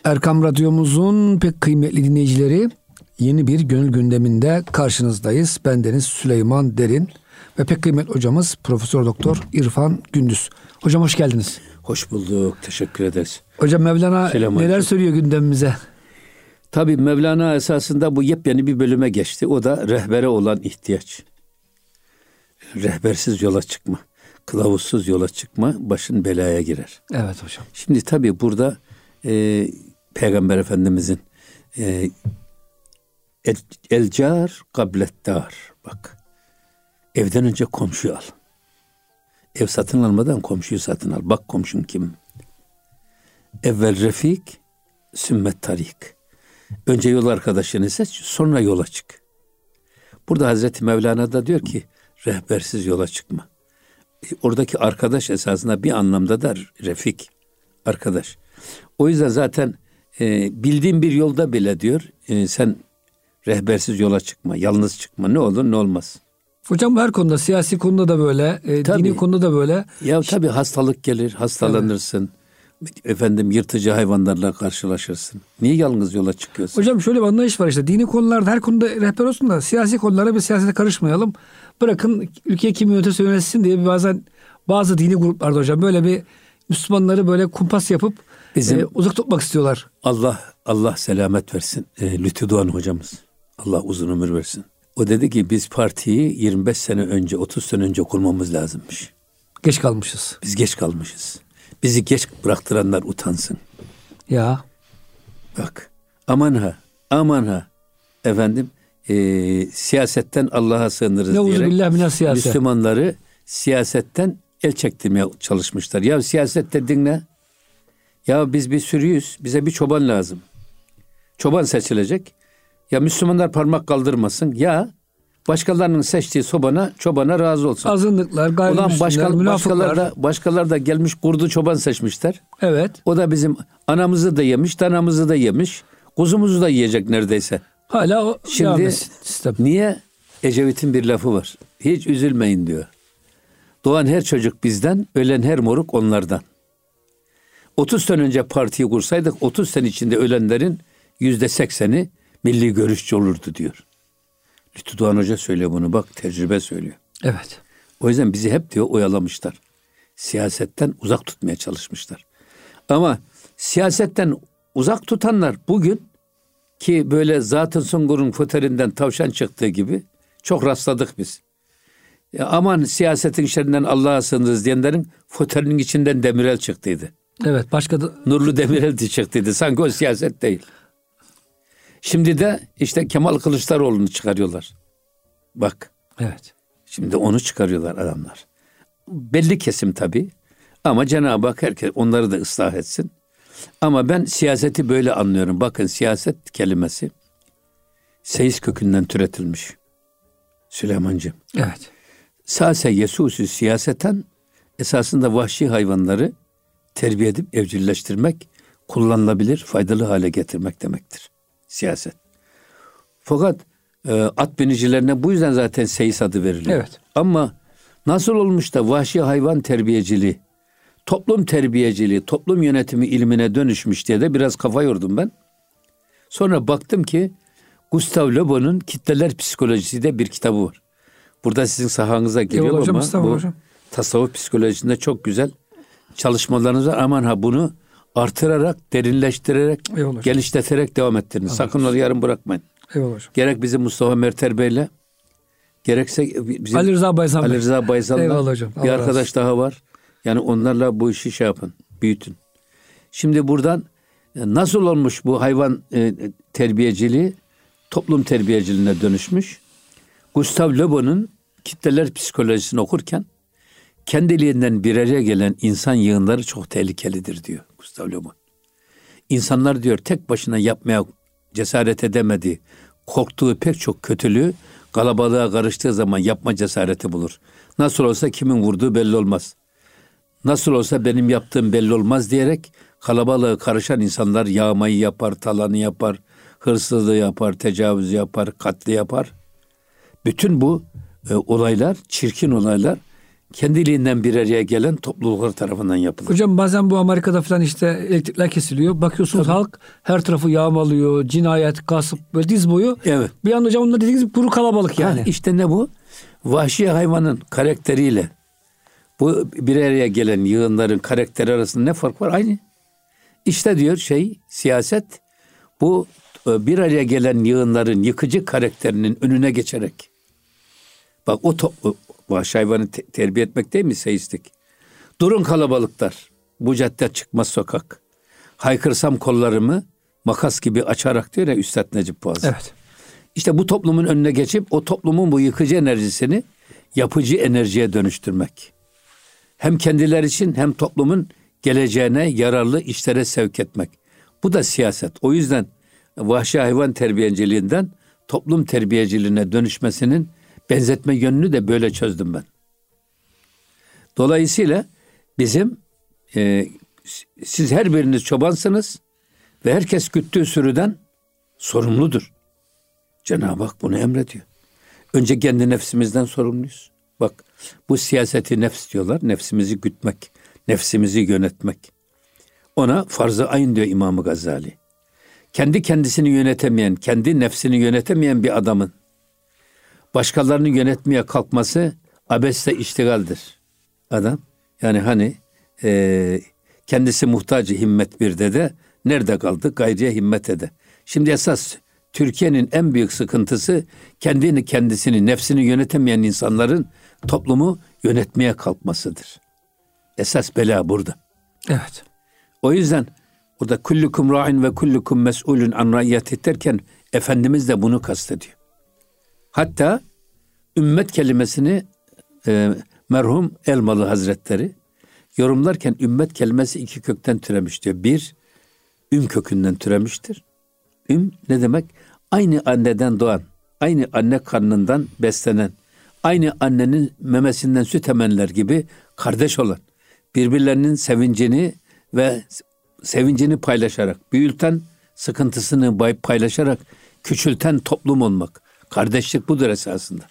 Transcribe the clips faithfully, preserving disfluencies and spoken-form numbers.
Erkam Radyomuzun pek kıymetli dinleyicileri, yeni bir gönül gündeminde karşınızdayız. Bendeniz Süleyman Derin ve pek kıymetli hocamız Profesör Doktor İrfan Gündüz. Hocam hoş geldiniz. Hoş bulduk. Teşekkür ederiz. Hocam Mevlana Selam neler hocam. söylüyor gündemimize? Tabii Mevlana esasında bu yepyeni bir bölüme geçti. O da rehbere olan ihtiyaç. Rehbersiz yola çıkma, kılavuzsuz yola çıkma başın belaya girer. Evet hocam. Şimdi tabii burada e, Peygamber Efendimizin e, el, el car gablettar, bak, evden önce komşuyu al. Ev satın almadan komşuyu satın al. Bak komşun kim? Evvel refik, sümmet tarik. Önce yol arkadaşını seç, sonra yola çık. Burada Hazreti Mevlana da diyor ki rehbersiz yola çıkma. Oradaki arkadaş esasında bir anlamda da refik, arkadaş. O yüzden zaten e, bildiğin bir yolda bile diyor e, sen rehbersiz yola çıkma, yalnız çıkma. Ne olur ne olmaz. Hocam her konuda, siyasi konuda da böyle, e, dini konuda da böyle. Ya tabii hastalık gelir, hastalanırsın. Evet. Efendim yırtıcı hayvanlarla karşılaşırsın. Niye yalnız yola çıkıyorsun? Hocam şöyle bir anlayış var işte. Dini konularda her konuda rehber olsun da siyasi konulara bir siyasete karışmayalım. Bırakın ülkeyi kim yönetirse yönetsin diye bir bazen bazı dini gruplarda hocam böyle bir Müslümanları böyle kumpas yapıp Bizim, e, uzak tutmak istiyorlar. Allah Allah selamet versin. E, Lütfü Doğan hocamız. Allah uzun ömür versin. O dedi ki biz partiyi yirmi beş sene önce, otuz sene önce kurmamız lazımmış. Geç kalmışız. Biz geç kalmışız. Bizi geç bıraktıranlar utansın. Ya. Bak. Aman ha. Aman ha. Efendim e, siyasetten Allah'a sığınırız ne diyerek Müslümanları siyasetten el çektirmeye çalışmışlar. Ya siyaset dedin ne? Ya biz bir sürüyüz. Bize bir çoban lazım. Çoban seçilecek. Ya Müslümanlar parmak kaldırmasın. Ya başkalarının seçtiği sobana, çobana razı olsun. Azınlıklar, gayrimüslimler, başka, başkaları da, başkaları da gelmiş kurdu çoban seçmişler. Evet. O da bizim anamızı da yemiş, danamızı da yemiş, kuzumuzu da yiyecek neredeyse. Hala o Şimdi niye? Ecevit'in bir lafı var. Hiç üzülmeyin diyor. Doğan her çocuk bizden, ölen her moruk onlardan. otuz sene önce partiyi kursaydık, otuz sene içinde ölenlerin yüzde sekseni milli görüşçü olurdu diyor. Lütfü Doğan Hoca söylüyor bunu, bak tecrübe söylüyor. Evet. O yüzden bizi hep diyor oyalamışlar. Siyasetten uzak tutmaya çalışmışlar. Ama siyasetten uzak tutanlar bugün ki böyle Zat-ı Sungur'un foterinden tavşan çıktığı gibi çok rastladık biz. Ya aman siyasetin şerrinden Allah'a sığınırız diyenlerin foterinin içinden Demirel çıktıydı. Evet, başka da... Nurlu Demirel çıktıydı. Sanki o siyaset değil. Şimdi de işte Kemal Kılıçdaroğlu'nu çıkarıyorlar. Bak. Evet. Şimdi onu çıkarıyorlar adamlar. Belli kesim tabii. Ama Cenab-ı Hak herkes onları da ıslah etsin. Ama ben siyaseti böyle anlıyorum. Bakın siyaset kelimesi seyiz kökünden türetilmiş. Süleymancığım. Evet. Sase yesusu siyaseten esasında vahşi hayvanları terbiye edip evcilleştirmek, kullanılabilir, faydalı hale getirmek demektir. Siyaset. Fakat e, at binicilerine bu yüzden zaten seyis adı veriliyor. Evet. Ama nasıl olmuş da vahşi hayvan terbiyeciliği, toplum terbiyeciliği, toplum yönetimi ilmine dönüşmüş diye de biraz kafa yordum ben. Sonra baktım ki Gustav Le Bon'un Kitleler Psikolojisi de bir kitabı var. Burada sizin sahanıza giriyor hocam, ama bu hocam. tasavvuf psikolojisinde çok güzel çalışmalarınız var. Aman ha bunu artırarak, derinleştirerek, genişleterek devam ettirin. Sakın onu yarım bırakmayın. Eyvallah hocam. Gerek bizim Mustafa Merter Bey'le, gerekse bizim Ali Rıza Bayzal Ali Rıza Bayzal'la bir arkadaş daha var. Yani onlarla bu işi şey yapın, büyütün. Şimdi buradan nasıl olmuş bu hayvan e, terbiyeciliği, toplum terbiyeciliğine dönüşmüş. Gustav Le Bon'un Kitleler Psikolojisini okurken kendiliğinden bir araya gelen insan yığınları çok tehlikelidir diyor Gustav Le Bon. İnsanlar diyor tek başına yapmaya cesaret edemediği, korktuğu pek çok kötülüğü kalabalığa karıştığı zaman yapma cesareti bulur. Nasıl olsa kimin vurduğu belli olmaz. Nasıl olsa benim yaptığım belli olmaz diyerek kalabalığa karışan insanlar yağmayı yapar, talanı yapar, hırsızlığı yapar, tecavüz yapar, katli yapar. Bütün bu e, olaylar, çirkin olaylar kendiliğinden bir araya gelen topluluklar tarafından yapılır. Hocam bazen bu Amerika'da falan işte elektrikler kesiliyor. Bakıyorsunuz Tabii. halk her tarafı yağmalıyor. Cinayet, gasp, böyle diz boyu. Evet. Bir anda hocam onun dediğiniz gibi kuru kalabalık yani. Ha, işte ne bu? Vahşi hayvanın karakteriyle bu bir araya gelen yığınların karakteri arasında ne fark var? Aynı. İşte diyor şey siyaset bu bir araya gelen yığınların yıkıcı karakterinin önüne geçerek. Bak o to- vahşi hayvanı te- terbiye etmek değil mi seistik? Durun kalabalıklar. Bu cadde çıkmaz sokak. Haykırsam kollarımı makas gibi açarak diyor ya Üstad Necip Fazıl. Evet. İşte bu toplumun önüne geçip o toplumun bu yıkıcı enerjisini yapıcı enerjiye dönüştürmek. Hem kendileri için hem toplumun geleceğine yararlı işlere sevk etmek. Bu da siyaset. O yüzden vahşi hayvan terbiyeciliğinden toplum terbiyeciliğine dönüşmesinin benzetme yönünü de böyle çözdüm ben. Dolayısıyla bizim e, siz her biriniz çobansınız ve herkes güttüğü sürüden sorumludur. Cenab-ı Hak bunu emrediyor. Önce kendi nefsimizden sorumluyuz. Bak bu siyaseti nefs diyorlar. Nefsimizi gütmek, nefsimizi yönetmek. Ona farz-ı ayn diyor İmam-ı Gazali. Kendi kendisini yönetemeyen, kendi nefsini yönetemeyen bir adamın başkalarını yönetmeye kalkması abesle iştigaldir. Adam yani hani e, kendisi muhtacı himmet bir dede nerede kaldı gayriye himmet ede. Şimdi esas Türkiye'nin en büyük sıkıntısı kendini kendisini nefsini yönetemeyen insanların toplumu yönetmeye kalkmasıdır. Esas bela burada. Evet. O yüzden burada kullukum ra'in ve kullukum mes'ulun an ra'iyyati derken Efendimiz de bunu kastediyor. Hatta ümmet kelimesini e, merhum Elmalı Hazretleri yorumlarken ümmet kelimesi iki kökten türemiş diyor. Bir, üm kökünden türemiştir. Üm ne demek? Aynı anneden doğan, aynı anne karnından beslenen, aynı annenin memesinden süt emenler gibi kardeş olan, birbirlerinin sevincini ve sevincini paylaşarak, büyülten sıkıntısını paylaşarak küçülten toplum olmak. Kardeşlik budur esasında.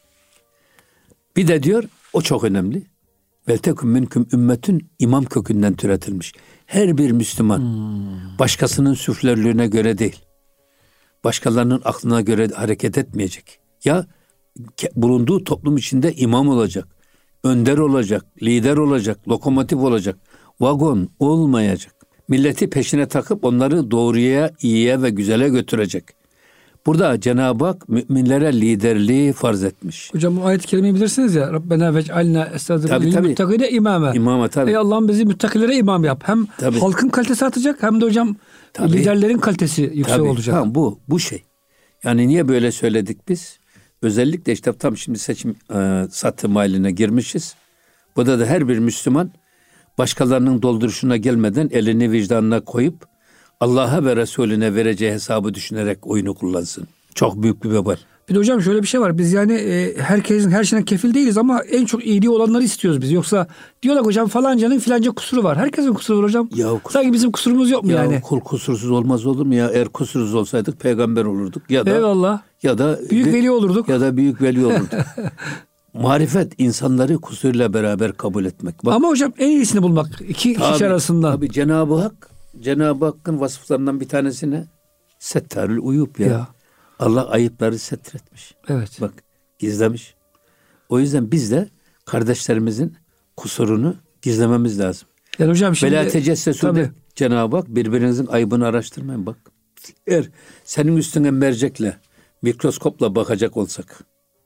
Bir de diyor, o çok önemli. Veltekum minkum ümmetün imam kökünden türetilmiş. Her bir Müslüman hmm. başkasının süflörlüğüne göre değil, başkalarının aklına göre hareket etmeyecek. Ya bulunduğu toplum içinde imam olacak, önder olacak, lider olacak, lokomotif olacak, vagon olmayacak. Milleti peşine takıp onları doğruya, iyiye ve güzele götürecek. Burada Cenab-ı Hak müminlere liderliği farz etmiş. Hocam bu ayet-i kerimeyi bilirsiniz ya. Rabbena vec'alna estağfirullah müttakine imame. İmama tabii. Ey Allah'ım bizi müttakilere imam yap. Hem tabii. halkın kalitesi artacak hem de hocam tabii. liderlerin kalitesi yüksek tabii. olacak. Tamam bu bu şey. Yani niye böyle söyledik biz? Özellikle işte tam şimdi seçim e, satım haline girmişiz. Burada da her bir Müslüman başkalarının dolduruşuna gelmeden elini vicdanına koyup Allah'a ve Resulüne vereceği hesabı düşünerek oyunu kullansın. Çok büyük bir vebal. Bir de hocam şöyle bir şey var. Biz yani e, herkesin her şeyden kefil değiliz ama en çok iyiliği olanları istiyoruz biz. Yoksa diyorlar hocam falancanın filanca kusuru var. Herkesin kusuru var hocam. Ya, sanki bizim kusurumuz yok mu ya yani? Kul kusursuz olmaz olur mu ya? Eğer kusursuz olsaydık peygamber olurduk. Ya da, Eyvallah. Ya da büyük veli olurduk. Ya da büyük veli olurduk. Marifet insanları kusuruyla beraber kabul etmek. Bak, ama hocam en iyisini bulmak. İki tabii, kişi arasında. Tabii Cenab-ı Hak Cenab-ı Hakk'ın vasıflarından bir tanesine settarül uyup ya. ya. Allah ayıpları setretmiş. Evet. Bak gizlemiş. O yüzden biz de kardeşlerimizin kusurunu gizlememiz lazım. Yani hocam şimdi Vela tecessesu'da Cenab-ı Hak birbirinizin ayıbını araştırmayın bak. Eğer senin üstüne mercekle, mikroskopla bakacak olsak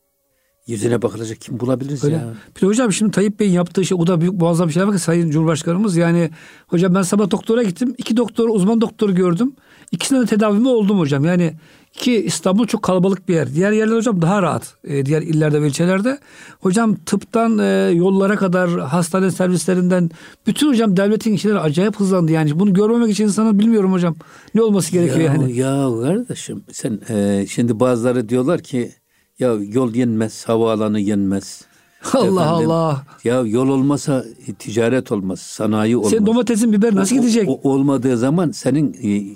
yüzüne bakılacak kim bulabiliriz Öyle. ya? Bir de hocam şimdi Tayyip Bey'in yaptığı şey o da büyük muazzam bir şey. Bakın Sayın Cumhurbaşkanımız yani hocam ben sabah doktora gittim. İki doktor uzman doktor gördüm. İkisinden de tedavimi oldum hocam. Yani ki İstanbul çok kalabalık bir yer. Diğer yerler hocam daha rahat. Ee, diğer illerde ve ilçelerde. Hocam tıptan e, yollara kadar hastane servislerinden bütün hocam devletin işleri acayip hızlandı. Yani bunu görmemek için insanın bilmiyorum hocam ne olması gerekiyor ya, yani. Ya kardeşim sen e, şimdi bazıları diyorlar ki ya yol yenmez, havaalanı yenmez. Allah Efendim, Allah. Ya yol olmasa ticaret olmaz, sanayi olmaz. Senin domatesin biber nasıl o, gidecek? O, o, olmadığı zaman senin e,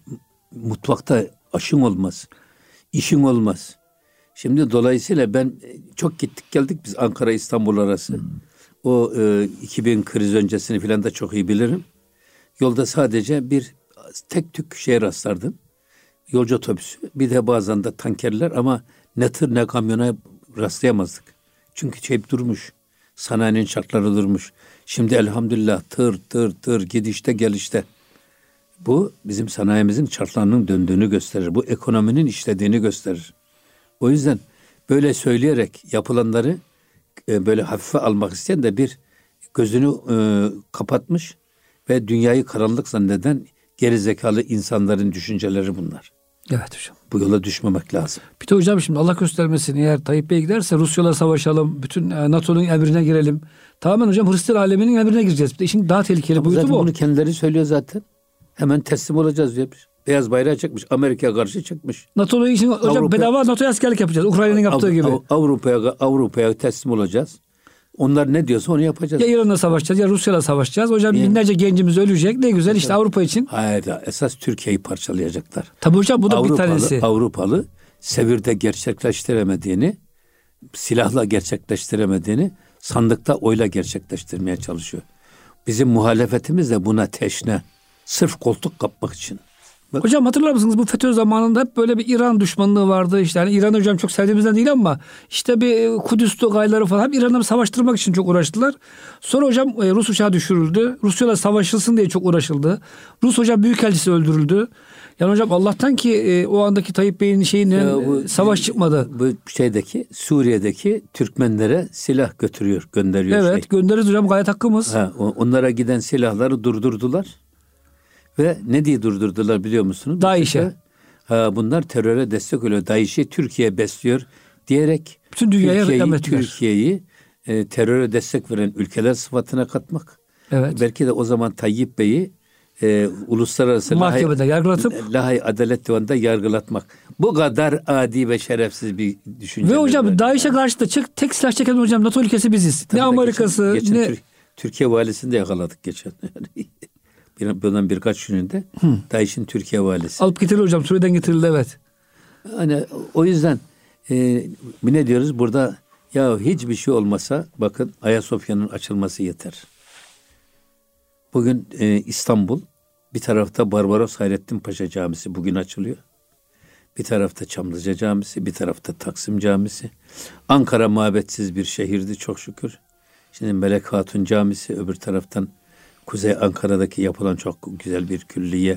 mutfakta aşın olmaz, işin olmaz. Şimdi dolayısıyla ben çok gittik geldik biz Ankara İstanbul arası. Hmm. o e, iki bin kriz öncesini falan da çok iyi bilirim. Yolda sadece bir tek tük şeye rastlardım. Yolcu otobüsü, bir de bazen de tankerler, ama ne tır ne kamyona rastlayamazdık. Çünkü hep durmuş. Sanayinin şartları durmuş. Şimdi elhamdülillah tır tır tır gidişte gelişte. Bu bizim sanayimizin şartlarının döndüğünü gösterir. Bu ekonominin işlediğini gösterir. O yüzden böyle söyleyerek yapılanları e, böyle hafife almak isteyen de bir gözünü e, kapatmış ve dünyayı karanlık zanneden gerizekalı insanların düşünceleri bunlar. Evet hocam. Bu yola düşmemek lazım. Bir de hocam şimdi Allah göstermesin, eğer Tayyip Bey giderse Rusya'la savaşalım, bütün NATO'nun emrine girelim. Tamamen hocam Hristiyan aleminin emrine gireceğiz. Bir de işin daha tehlikeli Ama boyutu bu. Bunu kendileri söylüyor zaten. Hemen teslim olacağız diyor. Beyaz bayrağı çekmiş. Amerika'ya karşı çıkmış. NATO'nun için hocam Avrupa, bedava NATO'ya askerlik yapacağız. Ukrayna'nın yaptığı Av, gibi. Av, Avrupa'ya Avrupa'ya teslim olacağız. Onlar ne diyorsa onu yapacağız. Ya İran'la savaşacağız ya Rusya'la savaşacağız. Hocam yani, binlerce gencimiz ölecek. Ne güzel işte Avrupa için. Hayır, esas Türkiye'yi parçalayacaklar. Tabii hocam bu da Avrupalı, bir tanesi. Avrupalı sevirde gerçekleştiremediğini, silahla gerçekleştiremediğini sandıkta oyla gerçekleştirmeye çalışıyor. Bizim muhalefetimiz de buna teşne. Sırf koltuk kapmak için. Bak. Hocam hatırlar mısınız, bu FETÖ zamanında hep böyle bir İran düşmanlığı vardı. İşte yani İran hocam çok sevdiğimizden değil ama işte bir Kudüs Tugayları falan hep İran'la savaştırmak için çok uğraştılar. Sonra hocam Rus uçağı düşürüldü. Rusya'yla savaşılsın diye çok uğraşıldı. Rus hocam büyükelçisi öldürüldü. Yani hocam Allah'tan ki e, o andaki Tayyip Bey'in şeyinden bu, savaş çıkmadı. Bu şeydeki Suriye'deki Türkmenlere silah götürüyor, gönderiyor. Evet şey. göndeririz hocam, gayet hakkımız. Ha, onlara giden silahları durdurdular. Ve ne diye durdurdular biliyor musunuz? DAEŞ'e. Ha, bunlar teröre destek oluyor. DAEŞ'i Türkiye besliyor diyerek bütün dünyaya Türkiye'yi, Türkiye'yi e, teröre destek veren ülkeler sıfatına katmak. Evet. Belki de o zaman Tayyip Bey'i e, uluslararası mahkemede Lahay, yargılatıp Lahay Adalet Divanı'nda yargılatmak. Bu kadar adi ve şerefsiz bir düşünce. Ve hocam DAEŞ'e karşı da çık, tek silah çeken hocam NATO ülkesi biziz. Tabii ne Amerika'sı geçen, geçen ne... Türkiye valisini de yakaladık geçen. Bundan birkaç gününde DAEŞ'in Türkiye valisi. Alıp getirildi hocam. Suriye'den getirildi, evet. Hani o yüzden e, ne diyoruz burada? Ya hiçbir şey olmasa bakın Ayasofya'nın açılması yeter. Bugün e, İstanbul, bir tarafta Barbaros Hayrettin Paşa Camisi bugün açılıyor. Bir tarafta Çamlıca Camisi, bir tarafta Taksim Camisi. Ankara mabetsiz bir şehirdi çok şükür. Şimdi Melek Hatun Camisi, öbür taraftan Kuzey Ankara'daki yapılan çok güzel bir külliye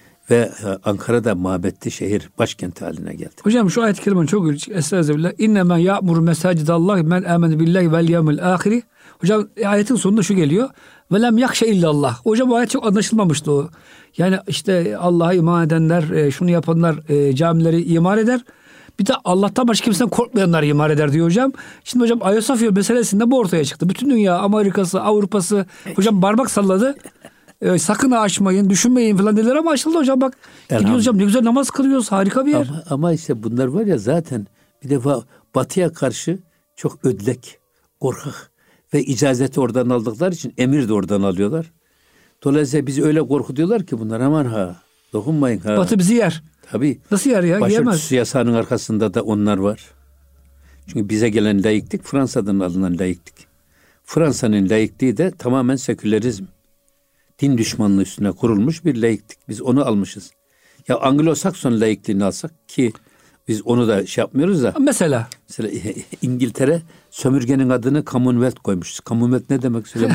ve Ankara'da mabetli şehir başkenti haline geldi. Hocam şu ayet-i kerime çok ilginç. Estağfirullah. İnnemâ ya'muru mesacidallah men amene billahi vel yevmil ahiri. Hocam ayetin sonunda şu geliyor. Ve lem yakşe illallah. Hocam bu ayet çok anlaşılmamıştı o. Yani işte Allah'a iman edenler, şunu yapanlar camileri imar eder. Bir de Allah'tan başka kimseden korkmayanlar imar eder diyor hocam. Şimdi hocam Ayasofya meselesinde bu ortaya çıktı. Bütün dünya, Amerika'sı, Avrupa'sı hocam parmak salladı. Ee, sakın açmayın, düşünmeyin falan dediler ama açıldı hocam bak. Gidiyoruz hocam, ne güzel namaz kılıyoruz, harika bir yer. Ama, ama işte bunlar var ya zaten bir defa Batı'ya karşı çok ödlek, korkak ve icazeti oradan aldıkları için emir de oradan alıyorlar. Dolayısıyla bizi öyle korkutuyorlar ki bunlar, aman ha, dokunmayın ha. Batı bizi yer. Tabii. Nasıl yer ya? Başörtüsü yasağının arkasında da onlar var. Çünkü bize gelen laiklik Fransa'dan alınan laiklik. Fransa'nın laikliği de tamamen sekülerizm. Din düşmanlığı üstüne kurulmuş bir laiklik. Biz onu almışız. Ya Anglo-Sakson laikliğini alsak ki biz onu da şey yapmıyoruz da. Mesela? Mesela İngiltere sömürgenin adını Commonwealth koymuş. Commonwealth ne demek söyleyeyim?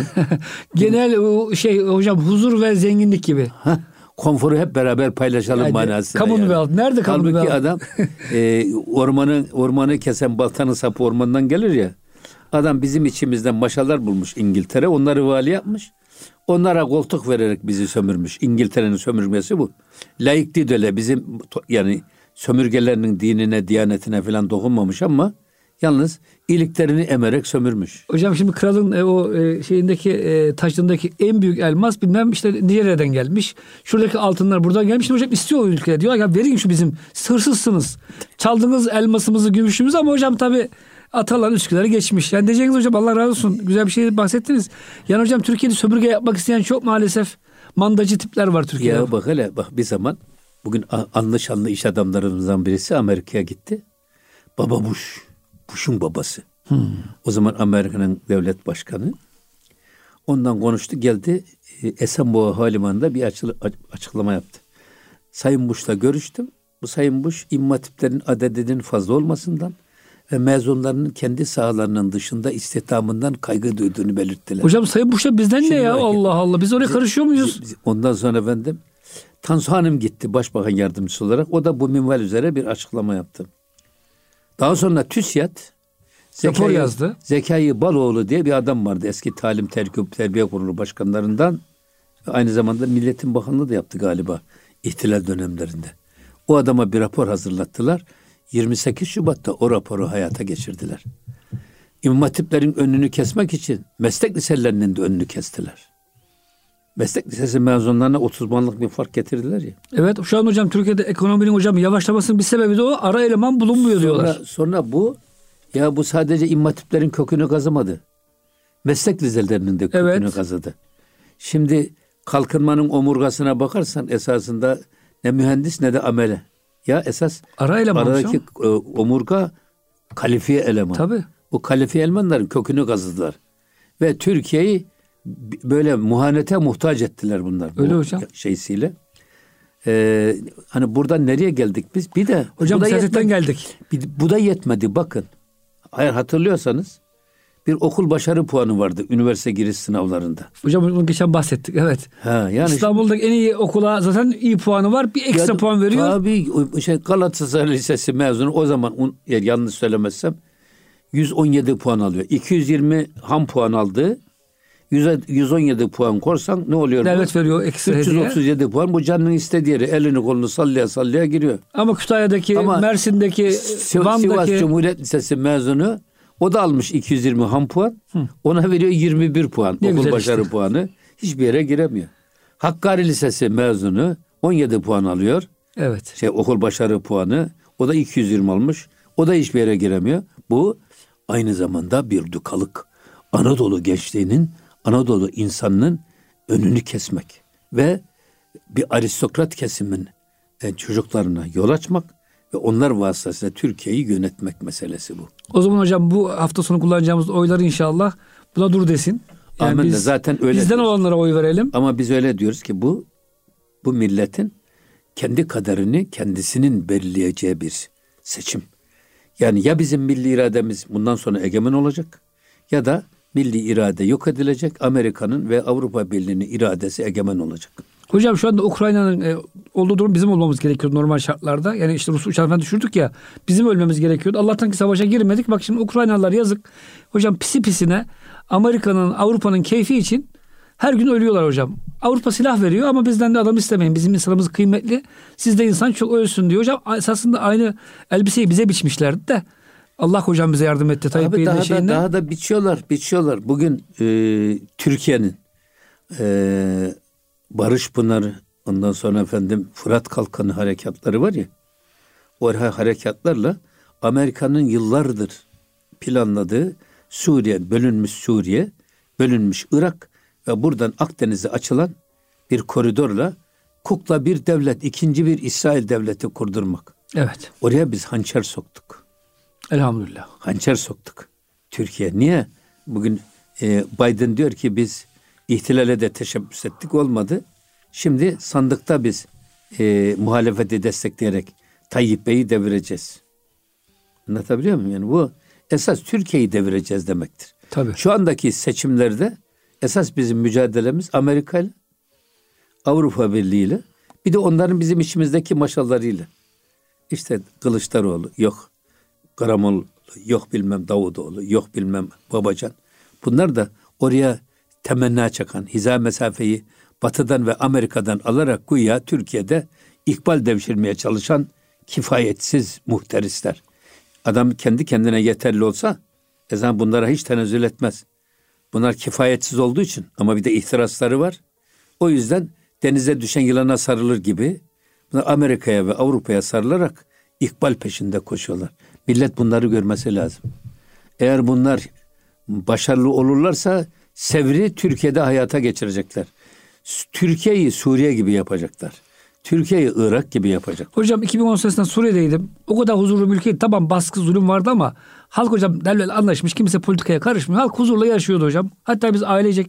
Genel o şey hocam, huzur ve zenginlik gibi. Hah. Konforu hep beraber paylaşalım yani, manasında. Commonwealth. Yani. Nerede Commonwealth? Halbuki adam e, ormanı, ormanı kesen baltanın sapı ormandan gelir ya. Adam bizim içimizden maşalar bulmuş İngiltere. Onları vali yapmış. Onlara koltuk vererek bizi sömürmüş. İngiltere'nin sömürmesi bu. Laikliği de öyle. Bizim yani sömürgelerinin dinine, diyanetine falan dokunmamış ama yalnız iyiliklerini emerek sömürmüş. Hocam şimdi kralın e, o e, şeyindeki e, taşındaki en büyük elmas bilmem işte Nijerya'dan gelmiş. Şuradaki altınlar buradan gelmiş. Şimdi hocam istiyor o ülke. Diyor ya verin şu bizim. Hırsızsınız. Çaldığınız elmasımızı, gümüşümüzü ama hocam tabii Atalan Üsküdar'ı geçmiş. Yani diyeceğiniz hocam Allah razı olsun. Güzel bir şey bahsettiniz. Yani hocam Türkiye'de sömürge yapmak isteyen çok maalesef mandacı tipler var Türkiye'de. Ya bak hele bak bir zaman bugün anlı şanlı iş adamlarımızdan birisi Amerika'ya gitti. Baba Bush. Bush'un babası. Hmm. O zaman Amerika'nın devlet başkanı. Ondan konuştu, geldi Esenboğa Havalimanı'nda bir açıklama yaptı. Sayın Bush'la görüştüm. Bu Sayın Bush İmam Hatiplerin adedinin fazla olmasından ve mezunlarının kendi sahalarının dışında istihdamından kaygı duyduğunu belirttiler. Hocam Sayın Bush'a bizden Şimdi ne ya? Allah Allah. Biz oraya biz, karışıyor muyuz? Biz, ondan sonra efendim Tansu Hanım gitti başbakan yardımcısı olarak. O da bu minval üzere bir açıklama yaptı. Daha sonra TÜSİAD rapor yazdı. Zekai Baloğlu diye bir adam vardı. Eski Talim Terbiye Kurulu başkanlarından. Aynı zamanda Milletin Bakanlığı da yaptı galiba ihtilal dönemlerinde. O adama bir rapor hazırlattılar. yirmi sekiz Şubat'ta o raporu hayata geçirdiler. İmam Hatiplerin önünü kesmek için meslek liselerinin de önünü kestiler. Meslek lisesi mezunlarına otuz puanlık bir fark getirdiler ya. Evet, şu an hocam Türkiye'de ekonominin hocam yavaşlamasının bir sebebi de o. Ara eleman bulunmuyor diyorlar. Sonra, sonra bu ya bu sadece İmam Hatiplerin kökünü kazımadı. Meslek liselerinin de kökünü evet. kazıdı. Şimdi kalkınmanın omurgasına bakarsan esasında ne mühendis ne de amele. Ya esas Ara eleman aradaki e, omurga kalifiye eleman. Tabii. O kalifiye elemanların kökünü kazıdılar. Ve Türkiye'yi böyle muhanete muhtaç ettiler bunlar. Öyle hocam. Şeysiyle. Ee, hani buradan nereye geldik biz? Bir de hocam siyasetten geldik. Bir, bu da yetmedi bakın. Hayır hatırlıyorsanız bir okul başarı puanı vardı üniversite giriş sınavlarında. Hocam bunu geçen bahsettik evet. Ha, yani İstanbul'daki en iyi okula zaten iyi puanı var. Bir ekstra ya, puan veriyor. Tabii şey Galatasaray Lisesi mezunu o zaman yanlış söylemezsem yüz on yedi puan alıyor. iki yüz yirmi ham puan aldı. yüz on yedi puan korsan ne oluyor? Devlet bu? Veriyor ekstra üç yüz otuz yedi hediye. Puan bu canının istediği yeri elini kolunu sallaya sallaya giriyor. Ama Kütahya'daki, Ama Mersin'deki, Sivas Van'daki. Sivas Cumhuriyet Lisesi mezunu o da almış iki yüz yirmi ham puan. Hı. Ona veriyor yirmi bir puan. Ne okul başarı işte. Puanı. Hiçbir yere giremiyor. Hakkari Lisesi mezunu on yedi puan alıyor. Evet. Şey okul başarı puanı. O da iki yüz yirmi almış. O da hiçbir yere giremiyor. Bu aynı zamanda bir dukalık. Anadolu gençliğinin, Anadolu insanının önünü kesmek ve bir aristokrat kesimin çocuklarına yol açmak ve onlar vasıtasıyla Türkiye'yi yönetmek meselesi bu. O zaman hocam bu hafta sonu kullanacağımız oyları inşallah buna dur desin. Yani Amin biz, de zaten öyle bizden diyoruz. Olanlara oy verelim. Ama biz öyle diyoruz ki bu bu milletin kendi kaderini kendisinin belirleyeceği bir seçim. Yani ya bizim milli irademiz bundan sonra egemen olacak ya da milli irade yok edilecek. Amerika'nın ve Avrupa Birliği'nin iradesi egemen olacak. Hocam şu anda Ukrayna'nın e, olduğu durum bizim olmamız gerekiyor normal şartlarda. Yani işte Rus uçağını düşürdük ya. Bizim ölmemiz gerekiyordu. Allah'tan ki savaşa girmedik. Bak şimdi Ukraynalılar yazık. Hocam pisi pisine Amerika'nın, Avrupa'nın keyfi için her gün ölüyorlar hocam. Avrupa silah veriyor ama bizden de adam istemeyin. Bizim insanımız kıymetli. Sizde insan çok ölsün diyor. Hocam esasında aynı elbiseyi bize biçmişlerdi de. Allah hocam bize yardım etti. Tayyip Bey'in daha, şeyinden. da, daha da biçiyorlar, biçiyorlar. Bugün e, Türkiye'nin e, Barış Pınarı, ondan sonra efendim Fırat Kalkanı harekatları var ya, o harekatlarla Amerika'nın yıllardır planladığı Suriye, bölünmüş Suriye, bölünmüş Irak ve buradan Akdeniz'e açılan bir koridorla kukla bir devlet, ikinci bir İsrail devleti kurdurmak. Evet. Oraya biz hançer soktuk. Elhamdülillah. Hançer soktuk. Türkiye niye? Bugün e, Biden diyor ki biz ihtilale de teşebbüs ettik, olmadı. Şimdi sandıkta biz e, muhalefeti destekleyerek Tayyip Bey'i devireceğiz. Anlatabiliyor muyum? Yani bu esas Türkiye'yi devireceğiz demektir. Tabii. Şu andaki seçimlerde esas bizim mücadelemiz Amerika ile, Avrupa Birliği ile, bir de onların bizim içimizdeki maşallarıyla. İşte Kılıçdaroğlu yok, Karamoğlu yok, bilmem Davutoğlu yok, bilmem Babacan. Bunlar da oraya temenna çakan, hiza mesafeyi Batı'dan ve Amerika'dan alarak güya Türkiye'de ikbal devşirmeye çalışan kifayetsiz muhterisler. Adam kendi kendine yeterli olsa ezan bunlara hiç tenezzül etmez. Bunlar kifayetsiz olduğu için, ama bir de ihtirasları var. O yüzden denize düşen yılana sarılır gibi bunlar Amerika'ya ve Avrupa'ya sarılarak ikbal peşinde koşuyorlar. Millet bunları görmesi lazım. Eğer bunlar başarılı olurlarsa Sevr'i Türkiye'de hayata geçirecekler. Türkiye'yi Suriye gibi yapacaklar. Türkiye'yi Irak gibi yapacak. Hocam iki bin on senesinde Suriye'deydim. O kadar huzurlu bir ülke. Tamam baskı, zulüm vardı ama halk hocam derler anlaşmış. Kimse politikaya karışmıyor. Halk huzurla yaşıyordu hocam. Hatta biz ailecek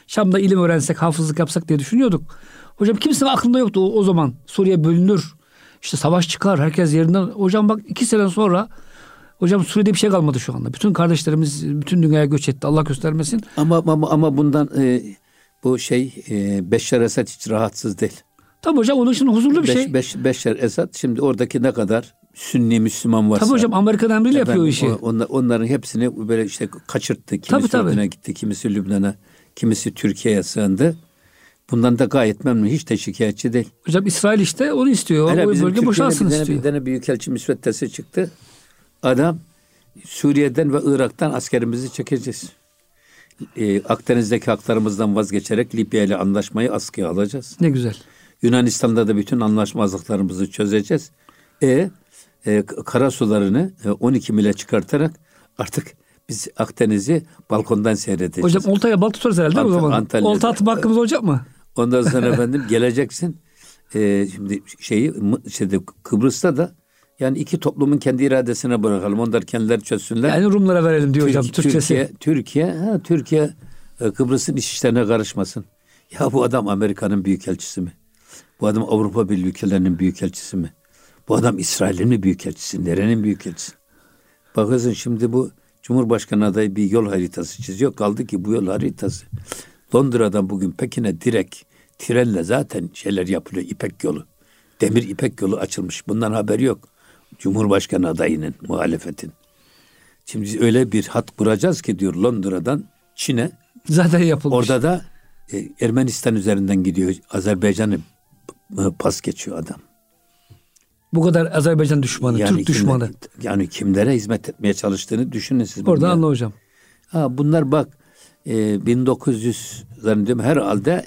Şam'da ilim öğrensek, hafızlık yapsak diye düşünüyorduk. Hocam kimsenin aklında yoktu o, o zaman. Suriye bölünür. İşte savaş çıkar. Herkes yerinden. Hocam bak iki sene sonra hocam Suriye'de bir şey kalmadı şu anda. Bütün kardeşlerimiz bütün dünyaya göç etti. Allah göstermesin. Ama ama, ama bundan e, bu şey e, Beşşar Esad hiç rahatsız değil. Tabii hocam onun için huzurlu bir Beş, şey. Beş, Beşşar Esad şimdi oradaki ne kadar Sünni Müslüman varsa. Tabii hocam Amerika'dan emriyle yapıyor o işi. On, onların hepsini böyle işte kaçırttı. Kimisi tabii, Ürdün'e tabii. gitti, kimisi Lübnan'a, kimisi Türkiye'ye sığındı. Bundan da gayet memnun. Hiç de şikayetçi değil. Hocam İsrail işte onu istiyor. Hele o bizim bölge boşalsın bir tane, istiyor. bir tane büyükelçi müsveddesi çıktı. Adam Suriye'den ve Irak'tan askerimizi çekeceğiz. Ee, Akdeniz'deki haklarımızdan vazgeçerek Libya ile anlaşmayı askıya alacağız. Ne güzel. Yunanistan'da da bütün anlaşmazlıklarımızı çözeceğiz. E, e kara sularını e, on iki mile çıkartarak artık biz Akdeniz'i balkondan seyredeceğiz. Hocam oltaya bal tutarız herhalde Ant- o zaman. Antalya'da. Olta atma hakkımız olacak mı? Ondan sonra efendim geleceksin. E, şimdi şeyi şeyde Kıbrıs'ta da yani iki toplumun kendi iradesine bırakalım. Onlar kendileri çözsünler. Yani Rumlara verelim diyor Türk, hocam Türkçesi. Türkiye, Türkiye, ha, Türkiye e, Kıbrıs'ın iç işlerine karışmasın. Ya bu adam Amerika'nın büyükelçisi mi? Bu adam Avrupa Birliği ülkelerinin büyükelçisi mi? Bu adam İsrail'in mi büyükelçisi? Nerenin büyükelçisi? Bakıyorsun şimdi bu Cumhurbaşkanı adayı bir yol haritası çiziyor. Kaldı ki bu yol haritası Londra'dan bugün Pekin'e direkt trenle zaten şeyler yapılıyor. İpek yolu. Demir İpek yolu açılmış. Bundan haberi yok. Cumhurbaşkanı adayının, muhalefetin. Şimdi öyle bir hat kuracağız ki diyor Londra'dan Çin'e. Zaten yapılmış. Orada da e, Ermenistan üzerinden gidiyor. Azerbaycan'ı pas geçiyor adam. Bu kadar Azerbaycan düşmanı, yani Türk düşmanı. Kimler, yani kimlere hizmet etmeye çalıştığını düşünün siz. Oradan anla hocam. Ha, bunlar bak e, bin dokuz yüz zannediyorum herhalde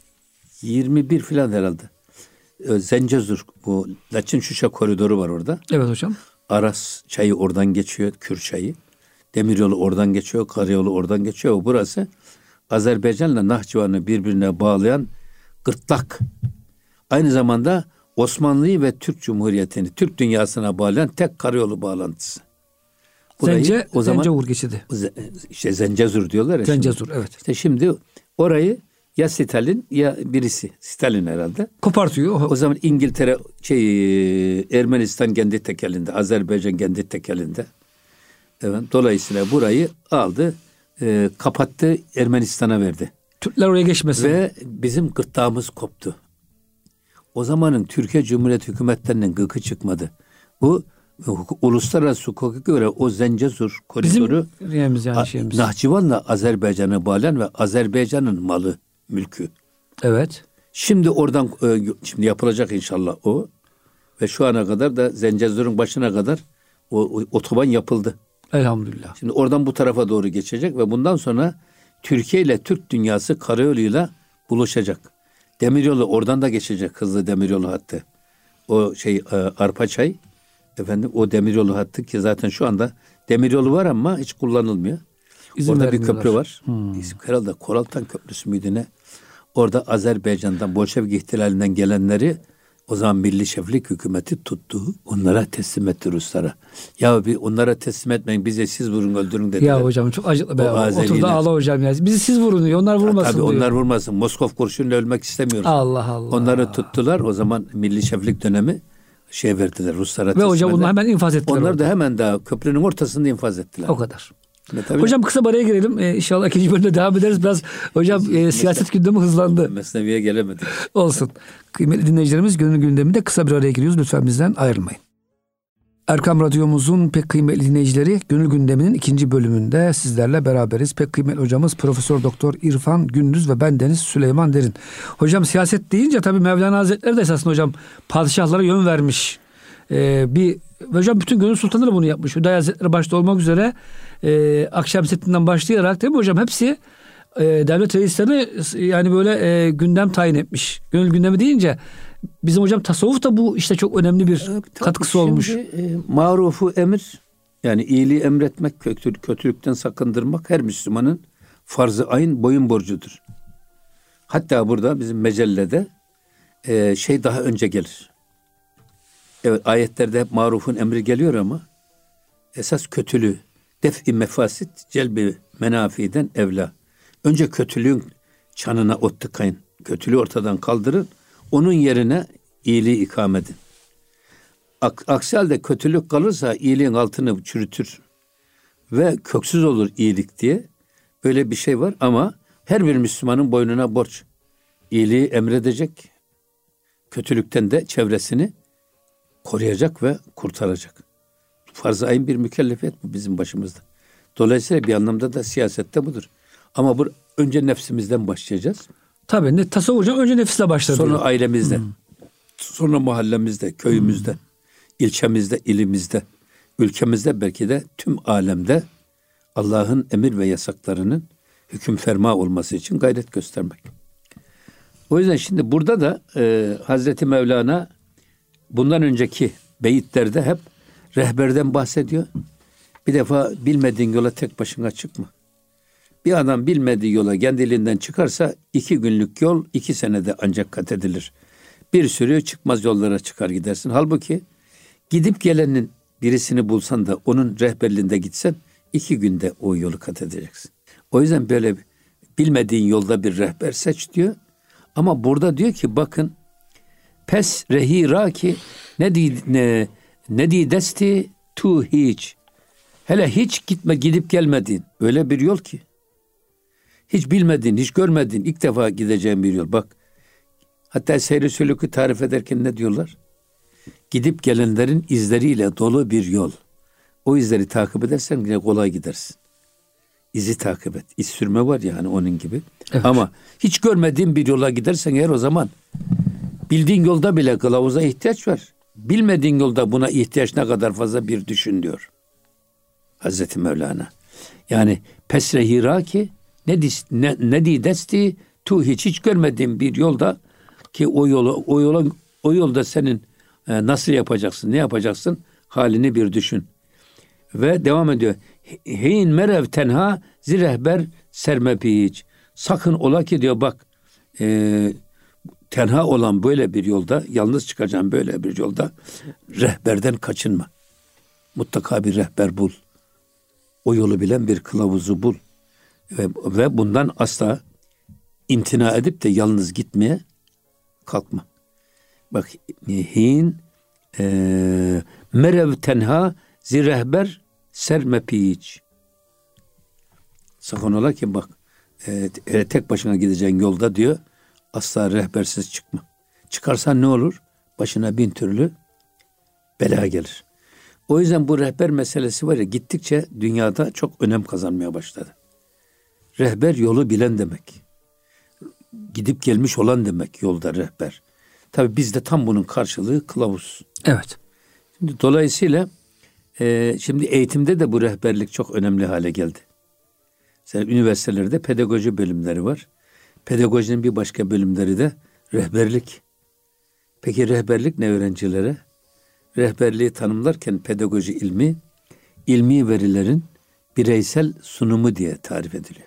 yirmi bir filan herhalde. E, Zencezur bu Laçin Şuşa koridoru var orada. Evet hocam. Aras çayı oradan geçiyor, Kür çayı. Demiryolu oradan geçiyor, karayolu oradan geçiyor. Burası Azerbaycan'la Nahçıvan'ı birbirine bağlayan gırtlak. Aynı zamanda Osmanlı'yı ve Türk Cumhuriyeti'ni Türk dünyasına bağlayan tek karayolu bağlantısı. Burayı, Zence, o zaman Zencezur geçidi. İşte Zencezur diyorlar ya. Zencezur şimdi. evet. İşte şimdi orayı ya Stalin ya birisi Stalin herhalde kopartıyor. O zaman İngiltere şey Ermenistan kendi tekelinde, Azerbaycan kendi tekelinde. Evet, dolayısıyla burayı aldı, e, kapattı, Ermenistan'a verdi. Türkler oraya geçmesin. Ve bizim gırtlağımız koptu. O zamanın Türkiye Cumhuriyeti hükümetlerinin gıkı çıkmadı. Bu uluslararası hukuka göre o Zencezur koridoru bizim yerimiz yani şeyimiz. Nahçıvan'la Azerbaycan'a bağlayan ve Azerbaycan'ın malı, mülkü. Evet. Şimdi oradan şimdi yapılacak inşallah o. Ve şu ana kadar da Zencezur'un başına kadar o, o otoban yapıldı. Elhamdülillah. Şimdi oradan bu tarafa doğru geçecek ve bundan sonra Türkiye ile Türk dünyası karayoluyla buluşacak. Demiryolu oradan da geçecek, hızlı demiryolu hattı. O şey Arpaçay efendim o demiryolu hattı ki zaten şu anda demiryolu var ama hiç kullanılmıyor. İzin orada bir köprü var. Hmm. Herhalde Koraltan Köprüsü müydü ne? Orada Azerbaycan'dan Bolşevik ihtilalinden gelenleri o zaman Milli Şeflik Hükümeti tuttu. Onlara teslim etti Ruslara. Ya bir onlara teslim etmeyin, bize siz vurun öldürün dediler. Ya hocam çok acıklı be. Otur da ağla hocam ya. Bizi siz vurun diyor. Onlar vurmasın tabii diyor. Onlar vurmasın. Moskov kurşunla ölmek istemiyoruz. Allah Allah. Onları tuttular. O zaman Milli Şeflik dönemi şey verdiler Ruslara. Ve hocam onlar hemen infaz ettiler. Onlar orada. da hemen daha köprünün ortasında infaz ettiler. O kadar. Tabii. Hocam kısa bir araya girelim. Ee, inşallah ikinci bölümde devam ederiz. Biraz hocam e, siyaset gündemi hızlandı. Mesneviye gelemedik. Olsun. Kıymetli dinleyicilerimiz gönül gündeminde kısa bir araya giriyoruz. Lütfen bizden ayrılmayın. Erkam Radyomuzun pek kıymetli dinleyicileri gönül gündeminin ikinci bölümünde sizlerle beraberiz. Pek kıymetli hocamız Profesör Doktor İrfan Gündüz ve bendeniz Süleyman Derin. Hocam siyaset deyince tabii Mevlana Hazretleri de esasında hocam padişahlara yön vermiş. Ee, bir hocam bütün gönül sultanları bunu yapmış. Hüdayi Hazretleri başta olmak üzere e, Akşemseddin'den başlayarak değil mi hocam hepsi e, devlet reislerini yani böyle e, gündem tayin etmiş. Gönül gündemi deyince bizim hocam tasavvuf da bu işte çok önemli bir tabii, katkısı şimdi, olmuş. E, marufu emir yani iyiliği emretmek, kötülükten sakındırmak her Müslümanın farz-ı ayın boyun borcudur. Hatta burada bizim mecellede e, şey daha önce gelir. Evet ayetlerde hep marufun emri geliyor ama esas kötülüğü def-i mefasit celbi menafiden evla. Önce kötülüğün Çanına ot tıkayın. Kötülüğü ortadan kaldırın. Onun yerine iyiliği ikame edin. Aksi halde kötülük kalırsa iyiliğin altını çürütür. Ve köksüz olur iyilik diye. Böyle bir şey var ama her bir Müslümanın boynuna borç. İyiliği emredecek. Kötülükten de çevresini koruyacak ve kurtaracak. Farz-ı ayın bir mükellefiyet bu bizim başımızda. Dolayısıyla bir anlamda da siyasette budur. Ama bu önce nefsimizden başlayacağız. Tabii ne tasavvuf hocam önce nefisle başladı. Sonra ailemizde. Hmm. Sonra mahallemizde, köyümüzde, hmm. ilçemizde, ilimizde, ülkemizde, belki de tüm alemde Allah'ın emir ve yasaklarının hüküm ferma olması için gayret göstermek. O yüzden şimdi burada da e, Hazreti Mevlana bundan önceki beyitlerde hep rehberden bahsediyor. Bir defa bilmediğin yola tek başına çıkma. Bir adam bilmediği yola kendiliğinden çıkarsa iki günlük yol iki senede ancak kat edilir. Bir sürü çıkmaz yollara çıkar gidersin. Halbuki gidip gelenin birisini bulsan da onun rehberliğinde gitsen iki günde o yolu kat edeceksin. O yüzden böyle bilmediğin yolda bir rehber seç diyor. Ama burada diyor ki bakın pes rehira ki ne di ne ne di desti tu hiç. Hele hiç gitme gidip gelmediğin öyle bir yol ki. Hiç bilmediğin, hiç görmediğin ilk defa gideceğin bir yol. Bak hatta seyri sülükü tarif ederken ne diyorlar? Gidip gelenlerin izleriyle dolu bir yol. O izleri takip edersen yine kolay gidersin. İzi takip et. İz sürme var ya hani onun gibi. Evet. Ama hiç görmediğin bir yola gidersen eğer o zaman bildiğin yolda bile kılavuza ihtiyaç var. Bilmediğin yolda buna ihtiyaç ne kadar fazla bir düşün diyor Hazreti Mevlana. Yani pesre hiraki ne dis, ne, ne di desti tu hiç hiç görmediğin bir yolda ki o yolu o yola o yolda senin e, nasıl yapacaksın, ne yapacaksın halini bir düşün. Ve devam ediyor. Hein merev tenha zirehber serme piç. Sakın ola ki diyor bak e, tenha olan böyle bir yolda, yalnız çıkacağın böyle bir yolda rehberden kaçınma. Mutlaka bir rehber bul. O yolu bilen bir kılavuzu bul. Ve, ve bundan asla imtina edip de yalnız gitmeye kalkma. Bak hin e, merev tenha zirehber serme piç. Sakın ola ki bak e, tek başına gideceğin yolda diyor asla rehbersiz çıkma. Çıkarsan ne olur? Başına bin türlü bela gelir. O yüzden bu rehber meselesi var ya gittikçe dünyada çok önem kazanmaya başladı. Rehber yolu bilen demek. Gidip gelmiş olan demek yolda rehber. Tabii bizde tam bunun karşılığı kılavuz. Evet. Şimdi dolayısıyla e, şimdi eğitimde de bu rehberlik çok önemli hale geldi. Mesela üniversitelerde pedagoji bölümleri var. Pedagojinin bir başka bölümleri de rehberlik. Peki rehberlik ne öğrencilere? Rehberliği tanımlarken pedagoji ilmi, ilmi verilerin bireysel sunumu diye tarif ediliyor.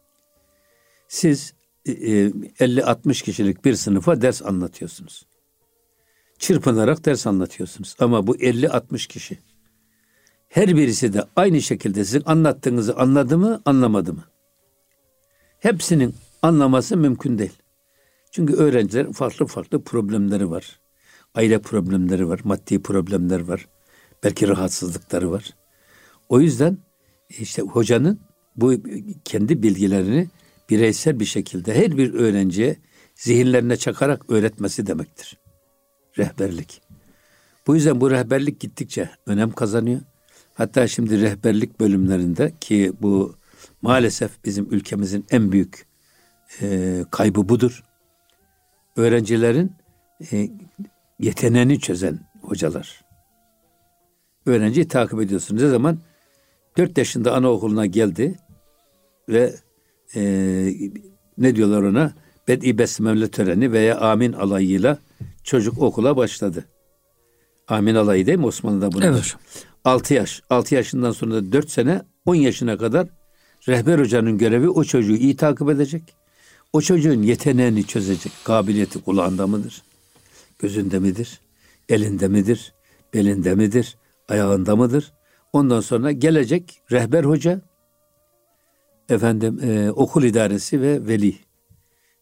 Siz elli altmış kişilik bir sınıfa ders anlatıyorsunuz. Çırpınarak ders anlatıyorsunuz. Ama bu elli altmış kişi her birisi de aynı şekilde sizin anlattığınızı anladı mı, anlamadı mı? Hepsinin anlaması mümkün değil. Çünkü öğrencilerin farklı farklı problemleri var. Aile problemleri var, maddi problemler var. Belki rahatsızlıkları var. O yüzden işte hocanın bu kendi bilgilerini bireysel bir şekilde her bir öğrenciye zihinlerine çakarak öğretmesi demektir. Rehberlik. Bu yüzden bu rehberlik gittikçe önem kazanıyor. Hatta şimdi rehberlik bölümlerinde ki bu maalesef bizim ülkemizin en büyük e, kaybı budur. Öğrencilerin e, yeteneğini çözen hocalar. Öğrenciyi takip ediyorsunuz. Ne zaman? Dört yaşında anaokuluna geldi ve e, ne diyorlar ona? Bed-i besmele töreni veya amin alayıyla çocuk okula başladı. Amin alayı değil mi Osmanlı'da bunun? Evet. altı yaş. altı yaşından sonra da dört sene on yaşına kadar rehber hocanın görevi o çocuğu iyi takip edecek. O çocuğun yeteneğini çözecek. Kabiliyeti kulağında mıdır? Gözünde midir? Elinde midir? Belinde midir? Ayağında mıdır? Ondan sonra gelecek rehber hoca, efendim e, okul idaresi ve veli.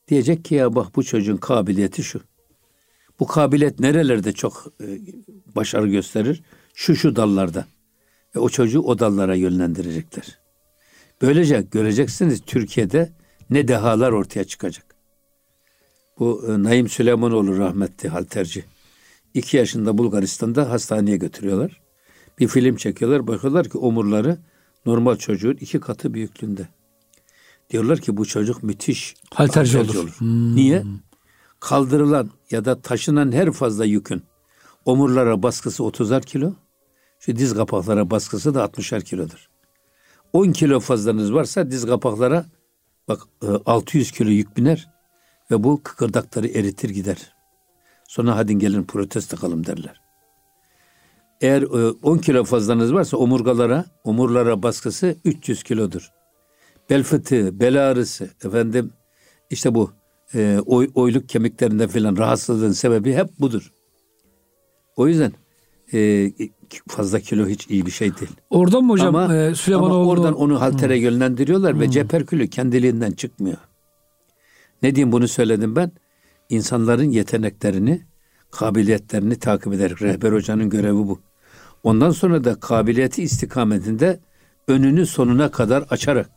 Diyecek ki ya bak bu çocuğun kabiliyeti şu. Bu kabiliyet nerelerde çok e, başarı gösterir? Şu şu dallarda. Ve o çocuğu o dallara yönlendirecekler. Böylece göreceksiniz Türkiye'de ne dehalar ortaya çıkacak. Bu e, Naim Süleymanoğlu rahmetli halterci. İki yaşında Bulgaristan'da hastaneye götürüyorlar. Bir film çekiyorlar. Bakıyorlar ki omurları normal çocuğun iki katı büyüklüğünde. Diyorlar ki bu çocuk müthiş halterci, halterci olur. olur. Hmm. Niye? Kaldırılan ya da taşınan her fazla yükün omurlara baskısı otuzar kilo. Şu diz kapaklara baskısı da altmışar kilodur. on kilo fazlanız varsa diz kapaklara bak altı yüz kilo yük biner ve bu kıkırdakları eritir gider. Sonra hadi gelin protez takalım derler. Eğer on kilo fazlanız varsa omurgalara, omurlara baskısı üç yüz kilodur. Bel fıtığı, bel ağrısı, efendim işte bu e, oy, oyluk kemiklerinde filan rahatsızlığın sebebi hep budur. O yüzden e, fazla kilo hiç iyi bir şey değil. Oradan mı hocam ama, e, Süleymanoğlu? Ama oradan onu haltere hmm. yönlendiriyorlar hmm. ve ceperkülü kendiliğinden çıkmıyor. Ne diyeyim bunu söyledim ben. İnsanların yeteneklerini, kabiliyetlerini takip ederek rehber hocanın görevi bu. Ondan sonra da kabiliyeti istikametinde önünü sonuna kadar açarak.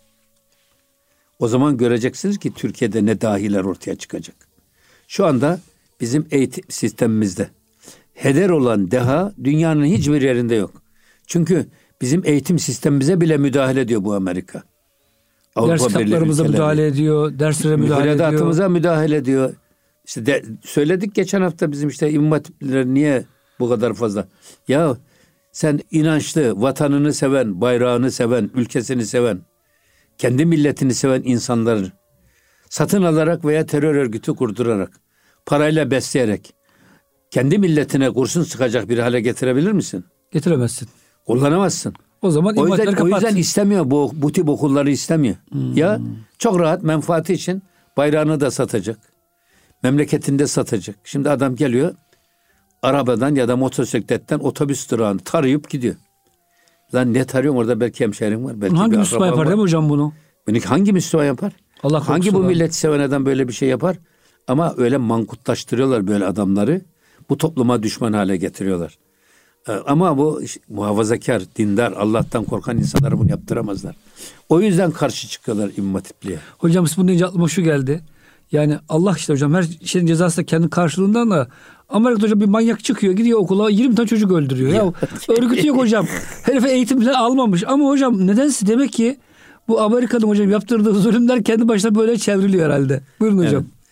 O zaman göreceksiniz ki Türkiye'de ne dahiler ortaya çıkacak. Şu anda bizim eğitim sistemimizde heder olan deha dünyanın hiçbir yerinde yok. Çünkü bizim eğitim sistemimize bile müdahale ediyor bu Amerika. Avrupa Ders kitaplarımıza müdahale ediyor, derslere müdahale ediyor. Müfredatımıza müdahale ediyor. İşte de, söyledik geçen hafta bizim işte İmam Hatipler niye bu kadar fazla? Ya sen inançlı, vatanını seven, bayrağını seven, ülkesini seven, kendi milletini seven insanları satın alarak veya terör örgütü kurdurarak, parayla besleyerek kendi milletine kurşun sıkacak bir hale getirebilir misin? Getiremezsin. Kullanamazsın. O zaman o yüzden, o yüzden istemiyor bu, bu tip okulları istemiyor. Hmm. Ya çok rahat menfaati için bayrağını da satacak. Memleketinde satacak. Şimdi adam geliyor arabadan ya da motosikletten otobüs durağını tarayıp gidiyor. Lan ne tarıyorsun orada, belki hemşehrin var. Belki hangi Müslüman yapar var. Değil mi hocam bunu? Hangi Müslüman yapar? Allah hangi bu milleti seven adam böyle bir şey yapar? Ama öyle mankutlaştırıyorlar böyle adamları. Bu topluma düşman hale getiriyorlar. Ama bu işte, muhafazakar, dindar, Allah'tan korkan insanlara bunu yaptıramazlar. O yüzden karşı çıkıyorlar İmam Hatipliğe. Hocam siz bunu deyince aklıma şu geldi. Yani Allah işte hocam her şeyin cezası da kendi karşılığından da Amerika'da hocam bir manyak çıkıyor, gidiyor okula yirmi tane çocuk öldürüyor. Ya örgütü yok hocam. Herife eğitim falan almamış. Ama hocam nedense demek ki bu Amerika'nın hocam yaptırdığı zulümler kendi başına böyle çevriliyor herhalde. Buyurun hocam. Evet.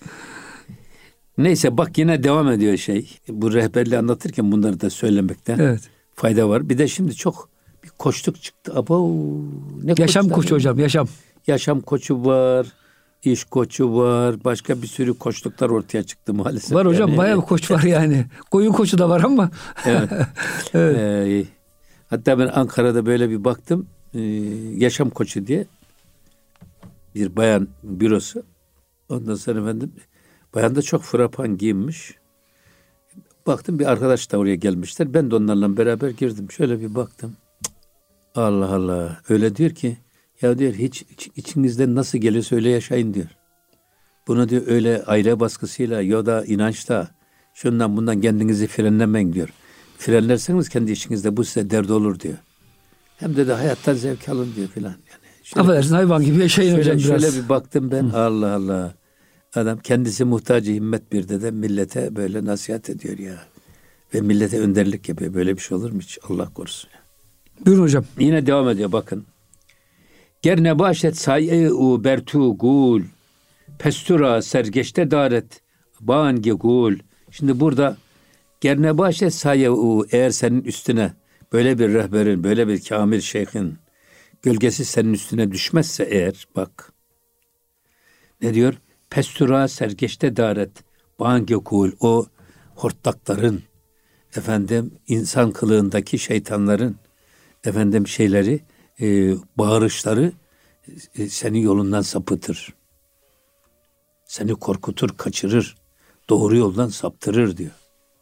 Neyse bak yine devam ediyor şey. Bu rehberliği anlatırken bunları da söylemekte evet. fayda var. Bir de şimdi çok bir koçluk çıktı. Abo, ne yaşam koçu hocam, yaşam. Yaşam koçu var, iş koçu var, başka bir sürü koçluklar ortaya çıktı maalesef. Var hocam, yani. Bayağı bir koç var yani. Koyun koçu da var ama. Evet. evet. Ee, hatta ben Ankara'da böyle bir baktım. Ee, yaşam koçu diye bir bayan bürosu. Ondan sonra efendim bayan da çok frapan giyinmiş. Baktım bir arkadaş da oraya gelmişler. Ben de onlarla beraber girdim. Şöyle bir baktım. Allah Allah. Öyle diyor ki ya diyor hiç iç, içinizden nasıl geliyorsa öyle yaşayın diyor. Bunu diyor öyle aile baskısıyla ya da inançla şundan bundan kendinizi frenlemeyin diyor. Frenlerseniz kendi içinizde bu size dert olur diyor. Hem de de hayattan zevk alın diyor filan. Yani affedersin hayvan gibi yaşayın şöyle, hocam biraz. Şöyle bir baktım ben. Hı. Allah Allah. Adam kendisi muhtacı himmet bir de de millete böyle nasihat ediyor ya. Ve millete önderlik yapıyor. Böyle bir şey olur mu hiç? Allah korusun. Buyurun hocam. Yine devam ediyor bakın. Gerne başet say'u bertu gul pestura sergeçte daret bange gul. Şimdi burada gerne başet say'u, eğer senin üstüne böyle bir rehberin, böyle bir kamil şeyhin gölgesi senin üstüne düşmezse eğer, bak ne diyor? Pestura sergeçte daret bange gul, o hortlakların, efendim insan kılığındaki şeytanların efendim şeyleri, e, bağırışları e, seni yolundan sapıtır. Seni korkutur, kaçırır. Doğru yoldan saptırır diyor.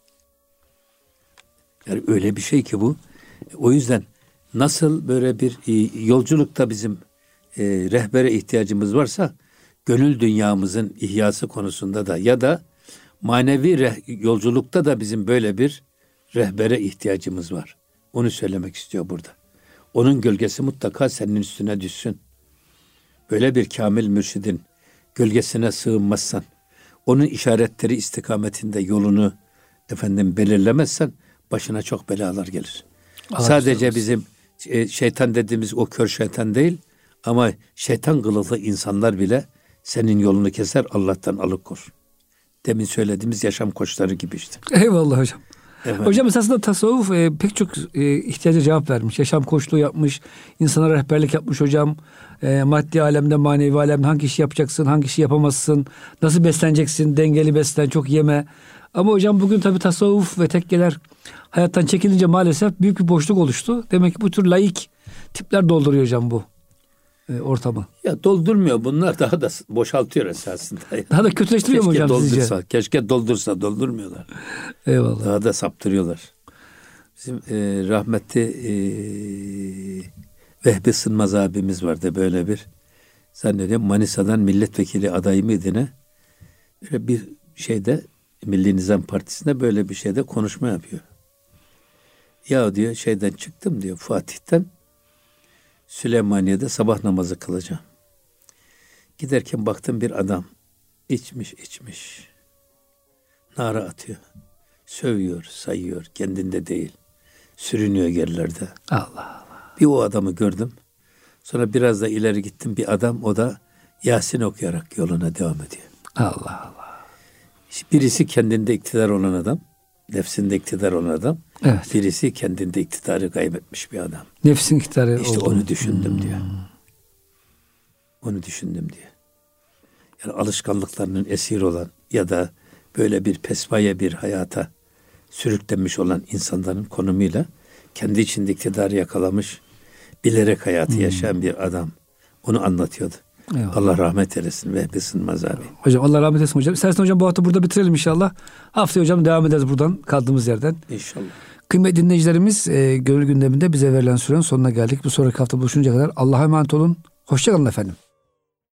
Yani öyle bir şey ki bu. O yüzden nasıl böyle bir e, yolculukta bizim e, rehbere ihtiyacımız varsa gönül dünyamızın ihyası konusunda da ya da manevi reh- yolculukta da bizim böyle bir rehbere ihtiyacımız var. Onu söylemek istiyor burada. Onun gölgesi mutlaka senin üstüne düşsün. Böyle bir kamil mürşidin gölgesine sığınmazsan, onun işaretleri istikametinde yolunu efendim belirlemezsen başına çok belalar gelir. Allah Sadece bizim e, şeytan dediğimiz o kör şeytan değil ama şeytan kılıklı insanlar bile senin yolunu keser, Allah'tan alıkor. Demin söylediğimiz yaşam koçları gibi işte. Eyvallah hocam. Efendim? Hocam esasında tasavvuf e, pek çok e, ihtiyaca cevap vermiş. Yaşam koçluğu yapmış, insana rehberlik yapmış hocam. E, maddi alemde, manevi alemde hangi işi yapacaksın, hangi işi yapamazsın, nasıl besleneceksin, dengeli beslen, çok yeme. Ama hocam bugün tabii tasavvuf ve tekkeler hayattan çekilince maalesef büyük bir boşluk oluştu. Demek ki bu tür laik tipler dolduruyor hocam bu e, ortamı. Ya doldurmuyor, bunlar daha da boşaltıyor esasında. Daha da kötüleştiriyor mu hocam doldursa, sizce? Keşke doldursa, doldurmuyorlar. Eyvallah. Daha da saptırıyorlar. Bizim e, rahmetli e, Vehbi Sınmaz abimiz vardı, böyle bir zannediyorum Manisa'dan milletvekili adayı mıydı ne? Böyle bir şeyde Milli Nizam Partisi'nde böyle bir şeyde konuşma yapıyor. Ya diyor şeyden çıktım diyor, Fatih'ten Süleymaniye'de sabah namazı kılacağım. Giderken baktım bir adam içmiş içmiş. Nara atıyor. Sövüyor, sayıyor. Kendinde değil. Sürünüyor yerlerde. Allah Allah. Bir o adamı gördüm. Sonra biraz da ileri gittim. Bir adam, o da Yasin okuyarak yoluna devam ediyor. Allah Allah. Birisi kendinde iktidar olan adam. Nefsinde iktidar olan adam. Evet. Birisi kendinde iktidarı kaybetmiş bir adam. Nefsin iktidarı İşte oldu. onu düşündüm hmm. diyor. Onu düşündüm diyor. Yani alışkanlıklarının esiri olan ya da böyle bir pespaye bir hayata sürüklenmiş olan insanların konumuyla kendi içinde iktidarı yakalamış, bilerek hayatı hmm. yaşayan bir adam. Onu anlatıyordu. Eyvallah. Allah rahmet eylesin Vehbi Sınmaz abi. Hocam Allah rahmet eylesin hocam. İstersen hocam bu hafta burada bitirelim inşallah. Haftaya hocam devam ederiz buradan kaldığımız yerden. İnşallah. Kıymetli dinleyicilerimiz, e, gönül gündeminde bize verilen sürenin sonuna geldik. Bu sonraki hafta buluşuncaya kadar Allah'a emanet olun. Hoşça kalın efendim.